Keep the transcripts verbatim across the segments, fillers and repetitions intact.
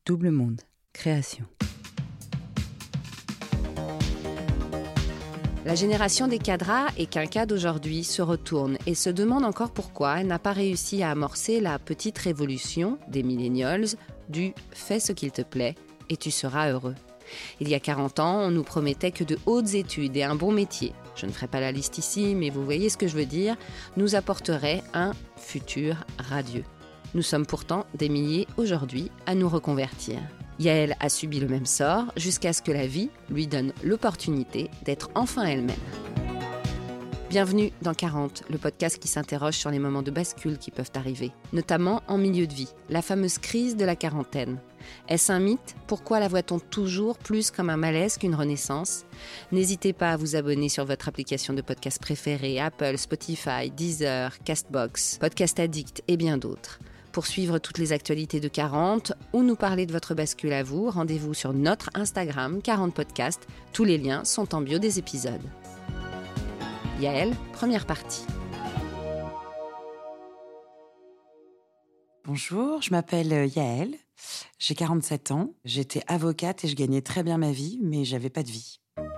Double Monde, création. La génération des cadras et quinquas d'aujourd'hui se retourne et se demande encore pourquoi elle n'a pas réussi à amorcer la petite révolution des millennials du « fais ce qu'il te plaît et tu seras heureux ». Il y a quarante ans, on nous promettait que de hautes études et un bon métier, je ne ferai pas la liste ici, mais vous voyez ce que je veux dire, nous apporteraient un futur radieux. Nous sommes pourtant des milliers aujourd'hui à nous reconvertir. Yael a subi le même sort jusqu'à ce que la vie lui donne l'opportunité d'être enfin elle-même. Bienvenue dans quarante, le podcast qui s'interroge sur les moments de bascule qui peuvent arriver, notamment en milieu de vie, la fameuse crise de la quarantaine. Est-ce un mythe ? Pourquoi la voit-on toujours plus comme un malaise qu'une renaissance ? N'hésitez pas à vous abonner sur votre application de podcast préférée, Apple, Spotify, Deezer, Castbox, Podcast Addict et bien d'autres. Pour suivre toutes les actualités de quarante ou nous parler de votre bascule à vous, rendez-vous sur notre Instagram quarante Podcast. Tous les liens sont en bio des épisodes. Yael, première partie. Bonjour, je m'appelle Yael, j'ai quarante-sept ans, j'étais avocate et je gagnais très bien ma vie, mais j'avais pas de vie.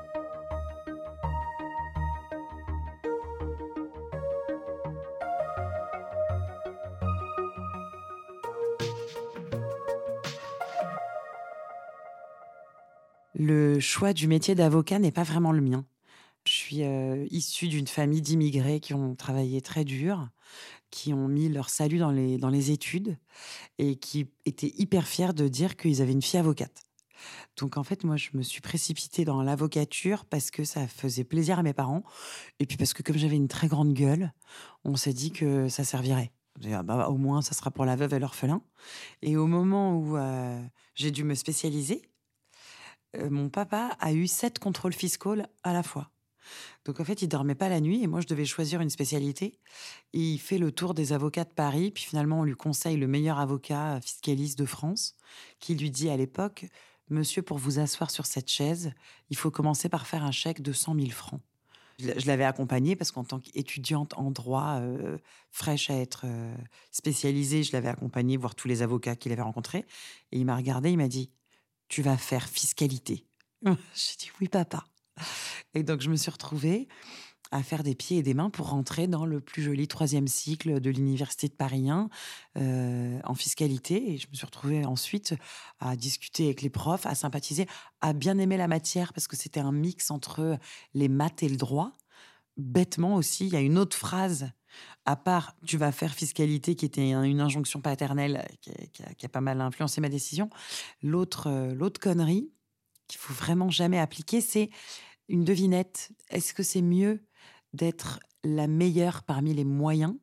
Le choix du métier d'avocat n'est pas vraiment le mien. Je suis euh, issue d'une famille d'immigrés qui ont travaillé très dur, qui ont mis leur salut dans les, dans les études et qui étaient hyper fiers de dire qu'ils avaient une fille avocate. Donc en fait, moi, je me suis précipitée dans l'avocature parce que ça faisait plaisir à mes parents et puis parce que comme j'avais une très grande gueule, on s'est dit que ça servirait. On s'est dit, ah bah, au moins, ça sera pour la veuve et l'orphelin. Et au moment où euh, j'ai dû me spécialiser, euh, mon papa a eu sept contrôles fiscaux à la fois. Donc en fait, il dormait pas la nuit et moi, je devais choisir une spécialité. Et il fait le tour des avocats de Paris. Puis finalement, on lui conseille le meilleur avocat fiscaliste de France qui lui dit à l'époque, « Monsieur, pour vous asseoir sur cette chaise, il faut commencer par faire un chèque de cent mille francs. » Je l'avais accompagné parce qu'en tant qu'étudiante en droit, euh, fraîche à être euh, spécialisée, je l'avais accompagné voir tous les avocats qu'il avait rencontrés. Et il m'a regardé, il m'a dit, « Tu vas faire fiscalité. » J'ai dit, « Oui, papa. » Et donc, je me suis retrouvée à faire des pieds et des mains pour rentrer dans le plus joli troisième cycle de l'Université de Paris un euh, en fiscalité. Et je me suis retrouvée ensuite à discuter avec les profs, à sympathiser, à bien aimer la matière parce que c'était un mix entre les maths et le droit. Bêtement aussi, il y a une autre phrase, à part « tu vas faire fiscalité » qui était une injonction paternelle qui a, qui a, qui a pas mal influencé ma décision. L'autre, euh, l'autre connerie qu'il faut vraiment jamais appliquer, c'est une devinette. Est-ce que c'est mieux d'être la meilleure parmi les moyens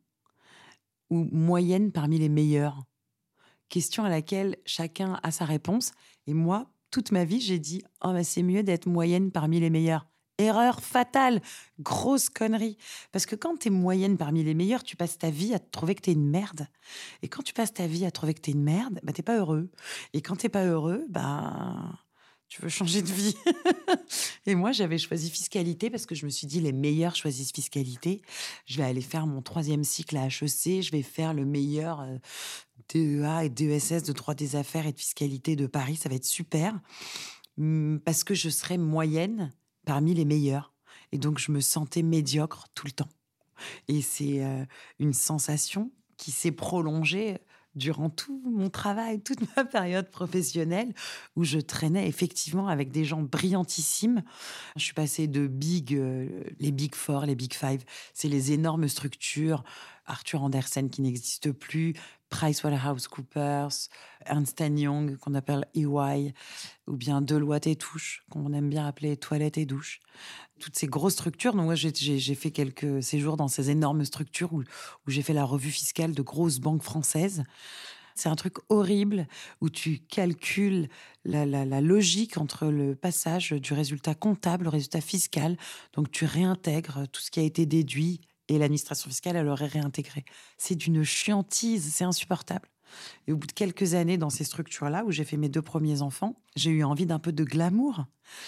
ou moyenne parmi les meilleurs ? Question à laquelle chacun a sa réponse. Et moi, toute ma vie, j'ai dit « Oh, bah, c'est mieux d'être moyenne parmi les meilleurs. » Erreur fatale, grosse connerie. Parce que quand t'es moyenne parmi les meilleurs, tu passes ta vie à te trouver que t'es une merde. Et quand tu passes ta vie à trouver que t'es une merde, bah, t'es pas heureux. Et quand t'es pas heureux, bah... tu veux changer de vie. Et moi, j'avais choisi fiscalité parce que je me suis dit, les meilleurs choisissent fiscalité. Je vais aller faire mon troisième cycle à H E C. Je vais faire le meilleur euh, D E A et D E S S de droit des affaires et de fiscalité de Paris. Ça va être super. Hum, Parce que je serai moyenne parmi les meilleurs. Et donc, je me sentais médiocre tout le temps. Et c'est euh, une sensation qui s'est prolongée durant tout mon travail, toute ma période professionnelle, où je traînais effectivement avec des gens brillantissimes. Je suis passée de big, euh, les big four, les big five, c'est les énormes structures, Arthur Andersen qui n'existe plus, PricewaterhouseCoopers, Ernst and Young, qu'on appelle E Y, ou bien Deloitte et Touche, qu'on aime bien appeler Toilette et Douche. Toutes ces grosses structures. Donc moi, j'ai, j'ai, j'ai fait quelques séjours dans ces énormes structures où, où j'ai fait la revue fiscale de grosses banques françaises. C'est un truc horrible où tu calcules la, la, la logique entre le passage du résultat comptable au résultat fiscal. Donc tu réintègres tout ce qui a été déduit et l'administration fiscale, elle aurait réintégré. C'est d'une chiantise, c'est insupportable. Et au bout de quelques années dans ces structures-là, où j'ai fait mes deux premiers enfants, j'ai eu envie d'un peu de glamour.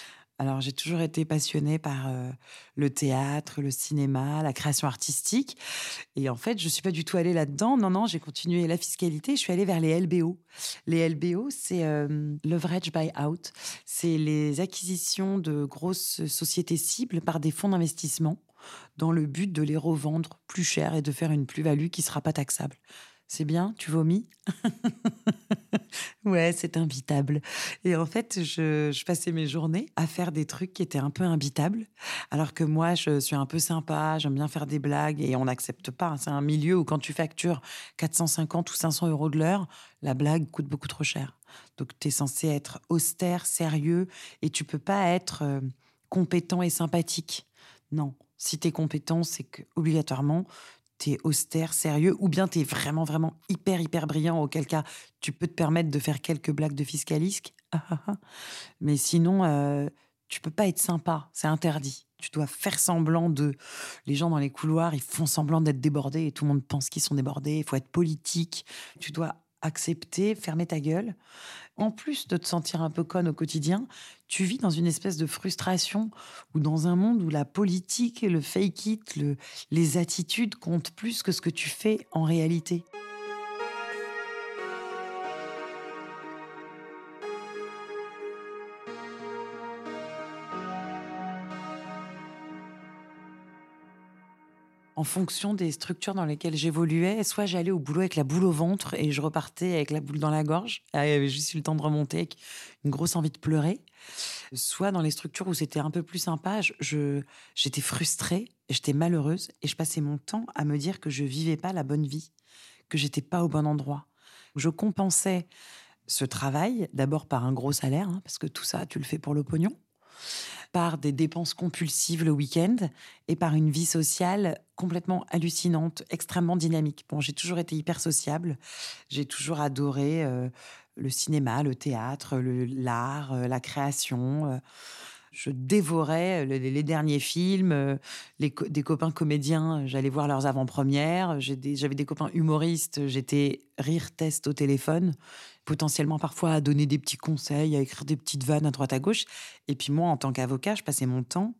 Alors, j'ai toujours été passionnée par, heu, le théâtre, le cinéma, la création artistique et en fait, je suis pas du tout allée là-dedans. Non, non, j'ai continué la fiscalité, je suis allée vers les L B O. Les L B O, c'est, hem, leverage buyout. C'est les acquisitions de grosses sociétés cibles par des fonds d'investissement dans le but de les revendre plus cher et de faire une plus-value qui sera pas taxable. C'est bien? Tu vomis? Ouais, c'est imbitable et en fait, je je passais mes journées à faire des trucs qui étaient un peu imbitables, alors que moi, je suis un peu sympa, j'aime bien faire des blagues et on n'accepte pas, hein. C'est un milieu où quand tu factures quatre cent cinquante ou cinq cents euros de l'heure, la blague coûte beaucoup trop cher. Donc tu es censé être austère, sérieux et tu peux pas être, heu, compétent et sympathique. Non, si tu es compétent, c'est qu'obligatoirement, tu es austère, sérieux ou bien tu es vraiment, vraiment hyper, hyper brillant, auquel cas tu peux te permettre de faire quelques blagues de fiscalisque. Ah, ah, ah. Mais sinon, heu, tu peux pas être sympa, c'est interdit. Tu dois faire semblant de les gens dans les couloirs, ils font semblant d'être débordés et tout le monde pense qu'ils sont débordés. Il faut être politique. Tu dois accepter, fermer ta gueule. En plus de te sentir un peu conne au quotidien, tu vis dans une espèce de frustration ou dans un monde où la politique, le fake it, le les attitudes comptent plus que ce que tu fais en réalité. En fonction des structures dans lesquelles j'évoluais, soit j'allais au boulot avec la boule au ventre et je repartais avec la boule dans la gorge. Ah, j'avais juste eu le temps de remonter avec une grosse envie de pleurer. Soit dans les structures où c'était un peu plus sympa, je je j'étais frustrée, j'étais malheureuse et je passais mon temps à me dire que je vivais pas la bonne vie, que j'étais pas au bon endroit. Je compensais ce travail, d'abord par un gros salaire, hein, parce que tout ça, tu le fais pour le pognon, par des dépenses compulsives le week-end et par une vie sociale complètement hallucinante, extrêmement dynamique. Bon, j'ai toujours été hyper sociable, j'ai toujours adoré, heu, le cinéma, le théâtre, le l'art, heu, la création, heu. Je dévorais, le les les derniers films, heu, les co des copains comédiens, euh, j'allais voir leurs avant-premières, j'ai des j'avais des copains humoristes, j'étais rire test au téléphone, potentiellement parfois à donner des petits conseils, à écrire des petites vannes à droite à gauche et puis moi, en tant qu'avocat, je passais mon temps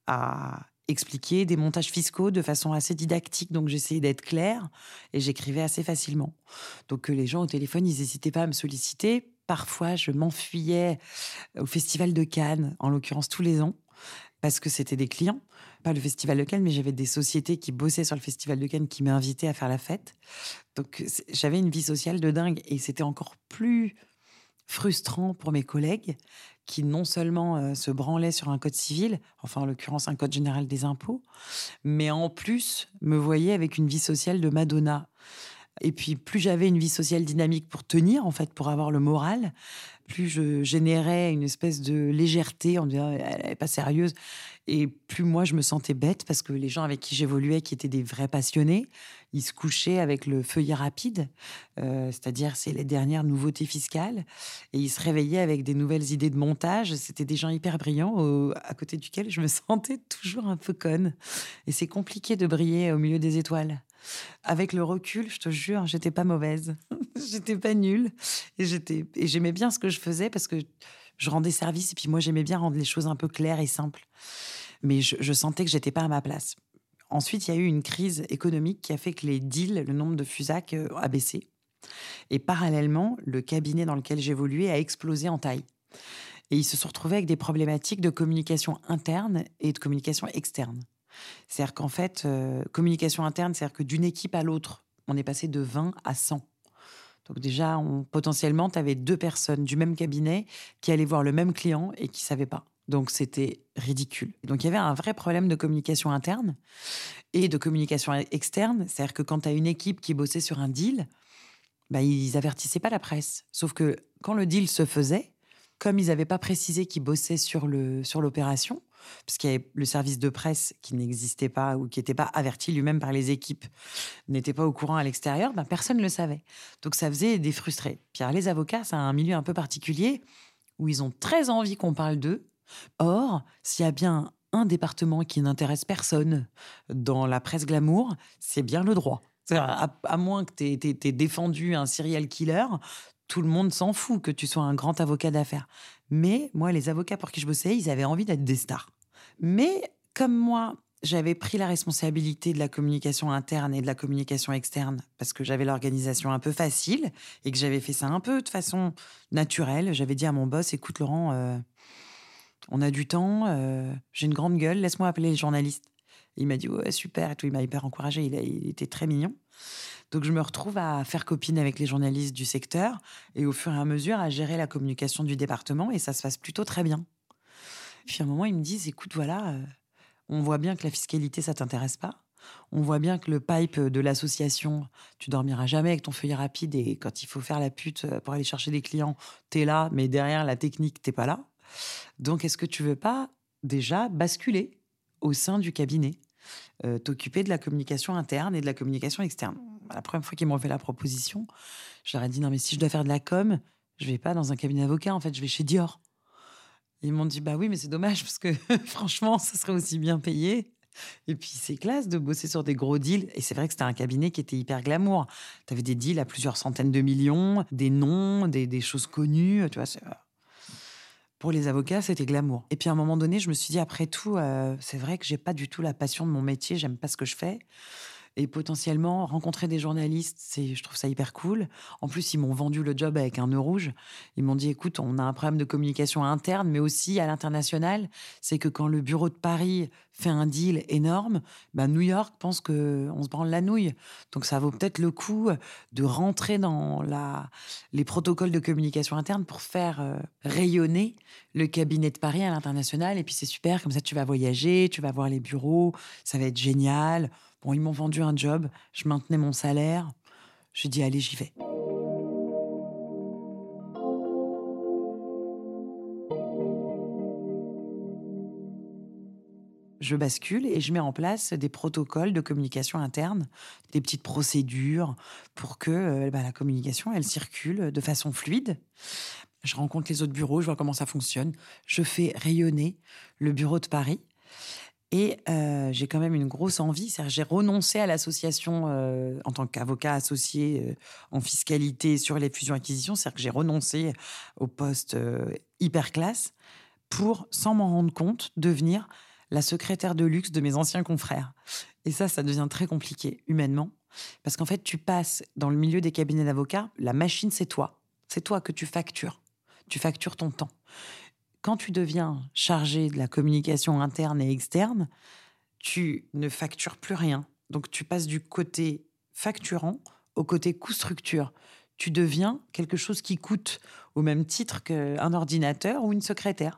à expliquer des montages fiscaux de façon assez didactique, donc j'essayais d'être claire et j'écrivais assez facilement. Donc heu, les gens au téléphone, ils hésitaient pas à me solliciter. Parfois, je m'enfuyais au festival de Cannes, en l'occurrence tous les ans, parce que c'était des clients. Pas le festival de Cannes, mais j'avais des sociétés qui bossaient sur le festival de Cannes qui m'invitaient à faire la fête. Donc c'est j'avais une vie sociale de dingue et c'était encore plus frustrant pour mes collègues qui non seulement, heu, se branlaient sur un code civil, enfin en l'occurrence un code général des impôts, mais en plus me voyaient avec une vie sociale de Madonna. Et puis, plus j'avais une vie sociale dynamique pour tenir, en fait, pour avoir le moral, plus je générais une espèce de légèreté en disant: «Elle est pas sérieuse» et plus moi, je me sentais bête parce que les gens avec qui j'évoluais, qui étaient des vrais passionnés, ils se couchaient avec le feuillet rapide, heu, c'est-à-dire c'est les dernières nouveautés fiscales et ils se réveillaient avec des nouvelles idées de montage. C'était des gens hyper brillants au à côté duquel je me sentais toujours un peu conne et c'est compliqué de briller au milieu des étoiles. Avec le recul, je te jure, j'étais pas mauvaise. J'étais pas nulle et j'étais et j'aimais bien ce que je faisais parce que je rendais service et puis moi, j'aimais bien rendre les choses un peu claires et simples. Mais je je sentais que j'étais pas à ma place. Ensuite, il y a eu une crise économique qui a fait que les deals, le nombre de FUSAC, heu, a baissé et parallèlement, le cabinet dans lequel j'évoluais a explosé en taille et ils se sont retrouvés avec des problématiques de communication interne et de communication externe. C'est-à-dire qu'en fait, heu, communication interne, c'est-à-dire que d'une équipe à l'autre, on est passé de vingt à cent. Donc déjà, on potentiellement, tu avais deux personnes du même cabinet qui allaient voir le même client et qui savaient pas. Donc c'était ridicule. Donc il y avait un vrai problème de communication interne et de communication e externe. C'est-à-dire que quand tu as une équipe qui bossait sur un deal, bah, ils avertissaient pas la presse. Sauf que quand le deal se faisait, comme ils avaient pas précisé qu'ils bossaient sur le sur l'opération, parce qu'il y avait le service de presse qui n'existait pas ou qui n'était pas averti lui-même par les équipes, n'était pas au courant à l'extérieur, ben personne ne le savait. Donc ça faisait des frustrés. Puis alors, les avocats, c'est un milieu un peu particulier où ils ont très envie qu'on parle d'eux. Or, s'il y a bien un département qui n'intéresse personne dans la presse glamour, c'est bien le droit. C'est-à-dire, À, à moins que tu aies défendu un serial killer, tout le monde s'en fout que tu sois un grand avocat d'affaires. Mais moi, les avocats pour qui je bossais, ils avaient envie d'être des stars. Mais comme moi, j'avais pris la responsabilité de la communication interne et de la communication externe parce que j'avais l'organisation un peu facile et que j'avais fait ça un peu de façon naturelle. J'avais dit à mon boss, écoute Laurent, euh, on a du temps, euh, j'ai une grande gueule, laisse-moi appeler les journalistes. Et il m'a dit, ouais, super et tout, il m'a hyper encouragé, il, a- il était très mignon. Donc je me retrouve à faire copine avec les journalistes du secteur et au fur et à mesure à gérer la communication du département et ça se passe plutôt très bien. Puis à un moment, ils me disent, écoute, voilà, euh, on voit bien que la fiscalité, ça t'intéresse pas. On voit bien que le pipe de l'association, tu dormiras jamais avec ton feuillet rapide et quand il faut faire la pute euh, pour aller chercher des clients, t'es là, mais derrière la technique, t'es pas là. Donc, est-ce que tu veux pas déjà basculer au sein du cabinet, euh, t'occuper de la communication interne et de la communication externe? La première fois qu'ils m'ont fait la proposition, je leur ai dit non, mais si je dois faire de la com, je vais pas dans un cabinet d'avocat, en fait, je vais chez Dior. Ils m'ont dit bah oui, mais c'est dommage parce que franchement, ça serait aussi bien payé. Et puis, c'est classe de bosser sur des gros deals. Et c'est vrai que c'était un cabinet qui était hyper glamour. Tu avais des deals à plusieurs centaines de millions, des noms, des, des choses connues. Tu vois, c'est- pour les avocats, c'était glamour. Et puis, à un moment donné, je me suis dit, après tout, euh, c'est vrai que j'ai pas du tout la passion de mon métier. J'aime pas ce que je fais. Et potentiellement, rencontrer des journalistes, c'est, je trouve ça hyper cool. En plus, ils m'ont vendu le job avec un nœud rouge. Ils m'ont dit, écoute, on a un problème de communication interne, mais aussi à l'international. C'est que quand le bureau de Paris fait un deal énorme, bah, New York pense qu'on se branle la nouille. Donc, ça vaut peut-être le coup de rentrer dans la, les protocoles de communication interne pour faire euh, rayonner le cabinet de Paris à l'international. Et puis, c'est super, comme ça, tu vas voyager, tu vas voir les bureaux, ça va être génial. Bon, ils m'ont vendu un job, je maintenais mon salaire. J'ai dit, allez, j'y vais. Je bascule et je mets en place des protocoles de communication interne, des petites procédures pour que euh, bah, la communication, elle circule de façon fluide. Je rencontre les autres bureaux, je vois comment ça fonctionne. Je fais rayonner le bureau de Paris. Et euh, j'ai quand même une grosse envie, c'est-à-dire j'ai renoncé à l'association euh, en tant qu'avocat associé euh, en fiscalité sur les fusions-acquisitions, c'est-à-dire que j'ai renoncé au poste euh, hyper classe pour, sans m'en rendre compte, devenir la secrétaire de luxe de mes anciens confrères. Et ça, ça devient très compliqué humainement, parce qu'en fait, tu passes dans le milieu des cabinets d'avocats, la machine, c'est toi. C'est toi que tu factures. Tu factures ton temps. Quand tu deviens chargé de la communication interne et externe, tu ne factures plus rien. Donc, tu passes du côté facturant au côté coût-structure. Tu deviens quelque chose qui coûte au même titre qu'un ordinateur ou une secrétaire.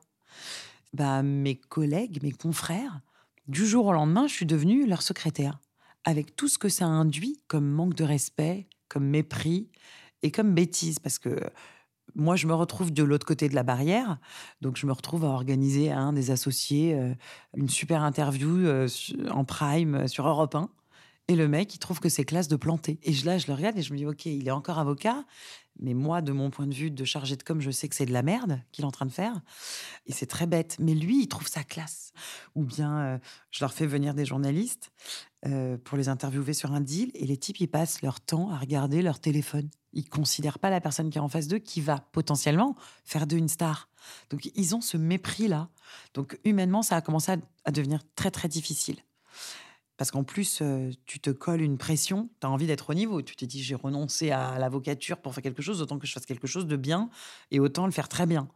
Bah, mes collègues, mes confrères, du jour au lendemain, je suis devenue leur secrétaire. Avec tout ce que ça induit comme manque de respect, comme mépris et comme bêtise. Parce que moi, je me retrouve de l'autre côté de la barrière. Donc, je me retrouve à organiser à un des associés euh, une super interview euh, su- en prime euh, sur Europe un. Et le mec, il trouve que c'est classe de planter. Et je, là, je le regarde et je me dis, OK, il est encore avocat. Mais moi, de mon point de vue de chargé de com, je sais que c'est de la merde qu'il est en train de faire. Et c'est très bête. Mais lui, il trouve ça classe. Ou bien, euh, je leur fais venir des journalistes euh, pour les interviewer sur un deal. Et les types, ils passent leur temps à regarder leur téléphone. Ils considèrent pas la personne qui est en face d'eux qui va potentiellement faire d'eux une star. Donc, ils ont ce mépris-là. Donc, humainement, ça a commencé à, à devenir très, très difficile. Parce qu'en plus, euh, tu te colles une pression, tu as envie d'être au niveau. Tu te dis, j'ai renoncé à l'avocature pour faire quelque chose, autant que je fasse quelque chose de bien et autant le faire très bien.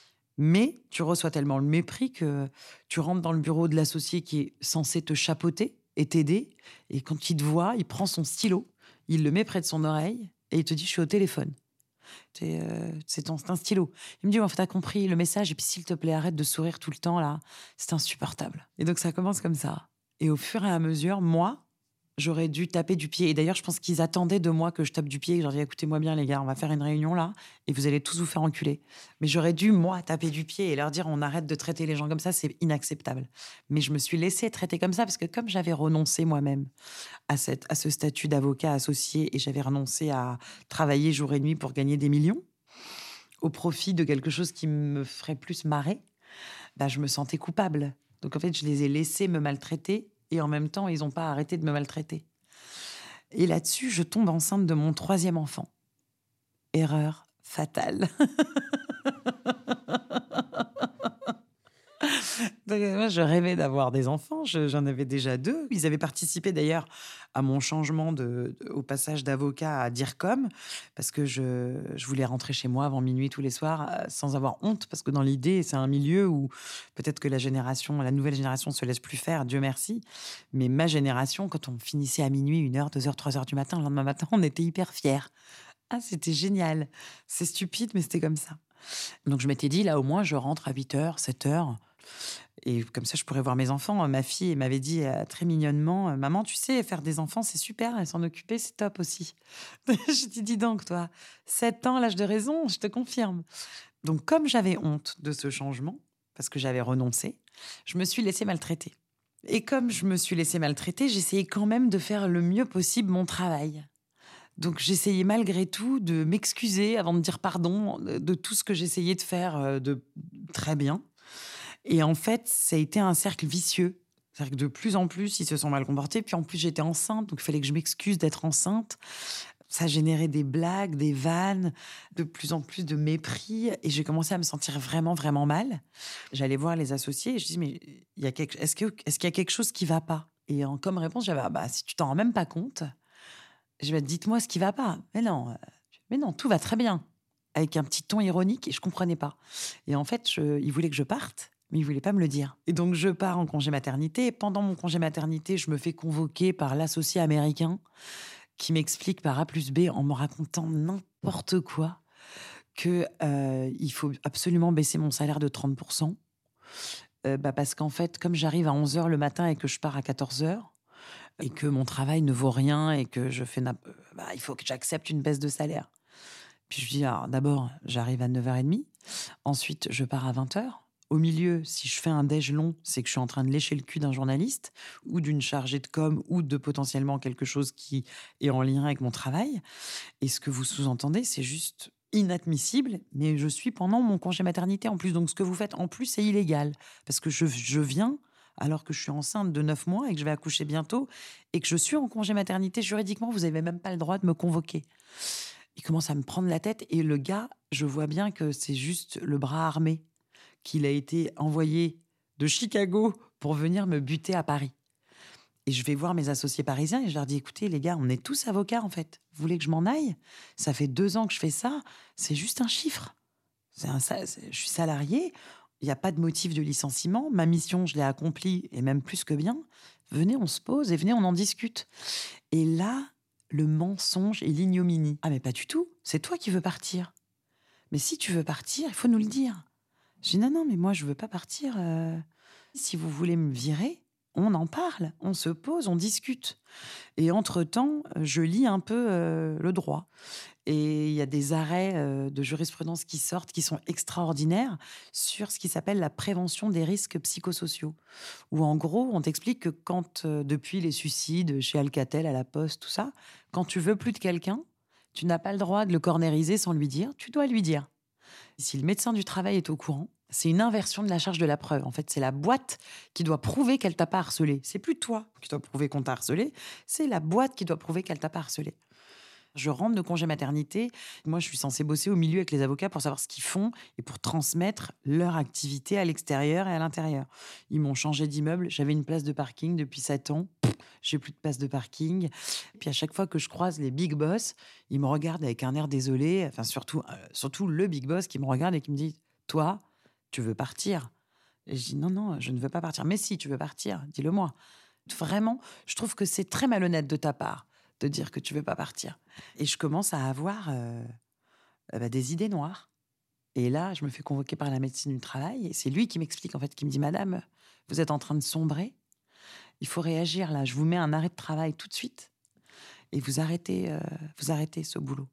Mais tu reçois tellement le mépris que tu rentres dans le bureau de l'associé qui est censé te chapeauter et t'aider. Et quand il te voit, il prend son stylo, il le met près de son oreille et il te dit, je suis au téléphone. C'est euh, c'est ton, c'est un stylo. Il me dit, en fait, t'as compris le message et puis s'il te plaît, arrête de sourire tout le temps là. C'est insupportable. Et donc ça commence comme ça. Et au fur et à mesure, moi, j'aurais dû taper du pied. Et d'ailleurs, je pense qu'ils attendaient de moi que je tape du pied et que je leur dis, écoutez-moi bien les gars, on va faire une réunion là et vous allez tous vous faire enculer. Mais j'aurais dû, moi, taper du pied et leur dire, on arrête de traiter les gens comme ça, c'est inacceptable. Mais je me suis laissée traiter comme ça parce que comme j'avais renoncé moi-même à, cette, à ce statut d'avocat associé et j'avais renoncé à travailler jour et nuit pour gagner des millions au profit de quelque chose qui me ferait plus marrer, bah, je me sentais coupable. Donc en fait, je les ai laissés me maltraiter et en même temps, ils n'ont pas arrêté de me maltraiter. Et là-dessus, je tombe enceinte de mon troisième enfant. Erreur Fatal. Donc, moi, je rêvais d'avoir des enfants. Je- j'en avais déjà deux. Ils avaient participé d'ailleurs à mon changement de, de- au passage d'avocat à DIRCOM parce que je, je voulais rentrer chez moi avant minuit tous les soirs euh, sans avoir honte parce que dans l'idée, c'est un milieu où peut-être que la génération, la nouvelle génération se laisse plus faire, Dieu merci. Mais ma génération, quand on finissait à minuit, une heure, deux heures, trois heures du matin, le lendemain matin, on était hyper fiers. Ah, c'était génial. C'est stupide, mais c'était comme ça. Donc je m'étais dit, là au moins, je rentre à huit heures, sept heures. Et comme ça, je pourrais voir mes enfants. Ma fille elle m'avait dit euh, très mignonnement, euh, maman, tu sais, faire des enfants, c'est super, et s'en occuper, c'est top aussi. Je dit, dis donc, toi, sept ans, l'âge de raison, je te confirme. Donc comme j'avais honte de ce changement, parce que j'avais renoncé, je me suis laissée maltraiter. Et comme je me suis laissée maltraiter, j'essayais quand même de faire le mieux possible mon travail. Donc j'essayais malgré tout de m'excuser avant de dire pardon de de tout ce que j'essayais de faire euh, de très bien. Et en fait, ça a été un cercle vicieux. C'est-à-dire que de plus en plus, ils se sont mal comportés. Puis en plus, j'étais enceinte, donc il fallait que je m'excuse d'être enceinte. Ça générait des blagues, des vannes, de plus en plus de mépris. Et j'ai commencé à me sentir vraiment, vraiment mal. J'allais voir les associés et je dis, mais il y a quelque... est-ce que... est-ce qu'il y a quelque chose qui va pas? Et en, comme réponse, j'avais, ah bah, si tu t'en rends même pas compte, je vais dites-moi ce qui va pas. Mais non, euh, mais non, tout va très bien. Avec un petit ton ironique et je comprenais pas. Et en fait, je... ils voulaient que je parte. Mais il voulait pas me le dire. Et donc, je pars en congé maternité. Et pendant mon congé maternité, je me fais convoquer par l'associé américain qui m'explique par A plus B, en me racontant n'importe quoi, que euh, il faut absolument baisser mon salaire de trente pour cent. Euh, bah parce qu'en fait, comme j'arrive à onze heures le matin et que je pars à quatorze heures, et que mon travail ne vaut rien et que je fais... nap- bah, il faut que j'accepte une baisse de salaire. Puis je dis, alors d'abord, j'arrive à neuf heures trente. Ensuite, je pars à vingt heures. Au milieu, si je fais un déj long, c'est que je suis en train de lécher le cul d'un journaliste ou d'une chargée de com ou de potentiellement quelque chose qui est en lien avec mon travail. Et ce que vous sous-entendez, c'est juste inadmissible, mais je suis pendant mon congé maternité en plus. Donc ce que vous faites en plus, c'est illégal. Parce que je, je viens alors que je suis enceinte de neuf mois et que je vais accoucher bientôt et que je suis en congé maternité. Juridiquement, vous n'avez même pas le droit de me convoquer. Il commence à me prendre la tête et le gars, je vois bien que c'est juste le bras armé qu'il a été envoyé de Chicago pour venir me buter à Paris. Et je vais voir mes associés parisiens et je leur dis, écoutez les gars, on est tous avocats en fait. Vous voulez que je m'en aille? Ça fait deux ans que je fais ça, c'est juste un chiffre. C'est un, ça, c'est- je suis salarié, il n'y a pas de motif de licenciement, ma mission je l'ai accomplie et même plus que bien. Venez, on se pose et venez, on en discute. Et là, le mensonge et l'ignominie. Ah mais pas du tout, c'est toi qui veux partir. Mais si tu veux partir, il faut nous le dire. Je dis non, non, mais moi, je veux pas partir. euh. Si vous voulez me virer, on en parle, on se pose, on discute. Et entre-temps, je lis un peu euh, le droit. Et il y a des arrêts euh, de jurisprudence qui sortent, qui sont extraordinaires, sur ce qui s'appelle la prévention des risques psychosociaux. Où en gros, on t'explique que quand, euh, depuis les suicides chez Alcatel, à la Poste, tout ça, quand tu veux plus de quelqu'un, tu n'as pas le droit de le cornériser sans lui dire, tu dois lui dire. Si le médecin du travail est au courant, c'est une inversion de la charge de la preuve. En fait, c'est la boîte qui doit prouver qu'elle t'a pas harcelé. C'est plus toi qui dois prouver qu'on t'a harcelé, c'est la boîte qui doit prouver qu'elle t'a pas harcelé. Je rentre de congé maternité. Moi, je suis censée bosser au milieu avec les avocats pour savoir ce qu'ils font et pour transmettre leur activité à l'extérieur et à l'intérieur. Ils m'ont changé d'immeuble. J'avais une place de parking depuis sept ans. J'ai plus de place de parking. Et puis à chaque fois que je croise les big boss, ils me regardent avec un air désolé. Enfin, surtout, euh, surtout le big boss qui me regarde et qui me dit, toi, tu veux partir? Et je dis, non, non, je ne veux pas partir. Mais si, tu veux partir, dis-le-moi. Vraiment, je trouve que c'est très malhonnête de ta part de dire que tu veux pas partir. Et je commence à avoir euh, euh, bah, des idées noires. Et là, je me fais convoquer par la médecine du travail. Et c'est lui qui m'explique, en fait, qui me dit, Madame, vous êtes en train de sombrer. Il faut réagir, là. Je vous mets un arrêt de travail tout de suite. Et vous arrêtez, euh, vous arrêtez ce boulot.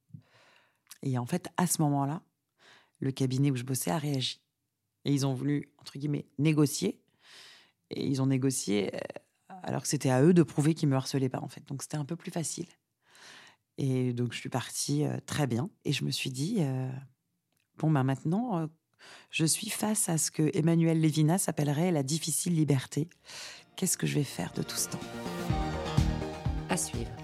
Et en fait, à ce moment-là, le cabinet où je bossais a réagi. Et ils ont voulu, entre guillemets, négocier. Et ils ont négocié... Euh, alors que c'était à eux de prouver qu'ils me harcelaient pas, en fait. Donc, c'était un peu plus facile. Et donc, je suis partie euh, très bien. Et je me suis dit, euh, bon, ben maintenant, euh, je suis face à ce que Emmanuel Lévinas appellerait la difficile liberté. Qu'est-ce que je vais faire de tout ce temps? À suivre.